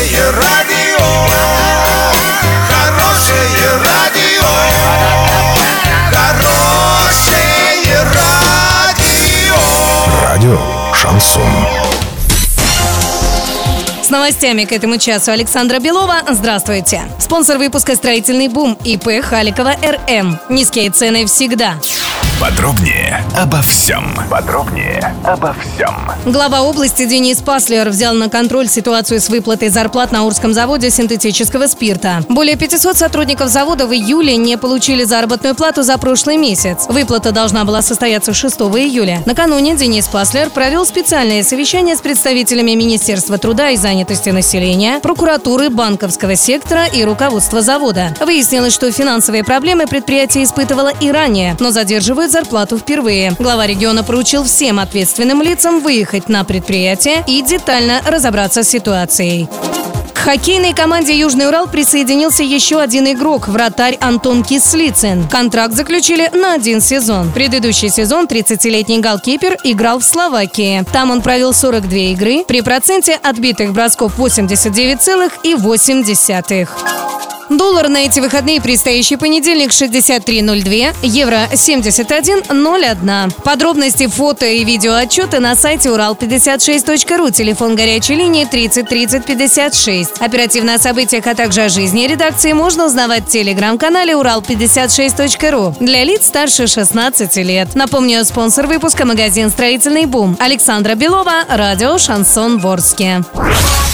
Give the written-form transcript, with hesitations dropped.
Хорошее радио, хорошее радио, хорошее радио. Радио «Шансон». С новостями к этому часу Александра Белова. Здравствуйте. Спонсор выпуска «Строительный бум» ИП Халикова РМ. Низкие цены всегда. Подробнее обо всем. Глава области Денис Паслер взял на контроль ситуацию с выплатой зарплат на Орском заводе синтетического спирта. Более 500 сотрудников завода в июле не получили заработную плату за прошлый месяц. Выплата должна была состояться 6 июля. Накануне Денис Паслер провел специальное совещание с представителями Министерства труда и занятости населения, прокуратуры, банковского сектора и руководства завода. Выяснилось, что финансовые проблемы предприятие испытывало и ранее, но задерживают зарплату впервые. Глава региона поручил всем ответственным лицам выехать на предприятие и детально разобраться с ситуацией. К хоккейной команде «Южный Урал» присоединился еще один игрок – вратарь Антон Кислицын. Контракт заключили на 1 сезон. Предыдущий сезон 30-летний голкипер играл в Словакии. Там он провел 42 игры при проценте отбитых бросков 89,8. Доллар на эти выходные, предстоящий понедельник, 63.02, евро 71.01. Подробности, фото и видеоотчеты на сайте урал56.ру, телефон горячей линии 30 30 56. Оперативно о событиях, а также о жизни редакции можно узнавать в телеграм-канале урал56.ру для лиц старше 16 лет. Напомню, спонсор выпуска — магазин «Строительный бум». Александра Белова, радио «Шансон» в Орске.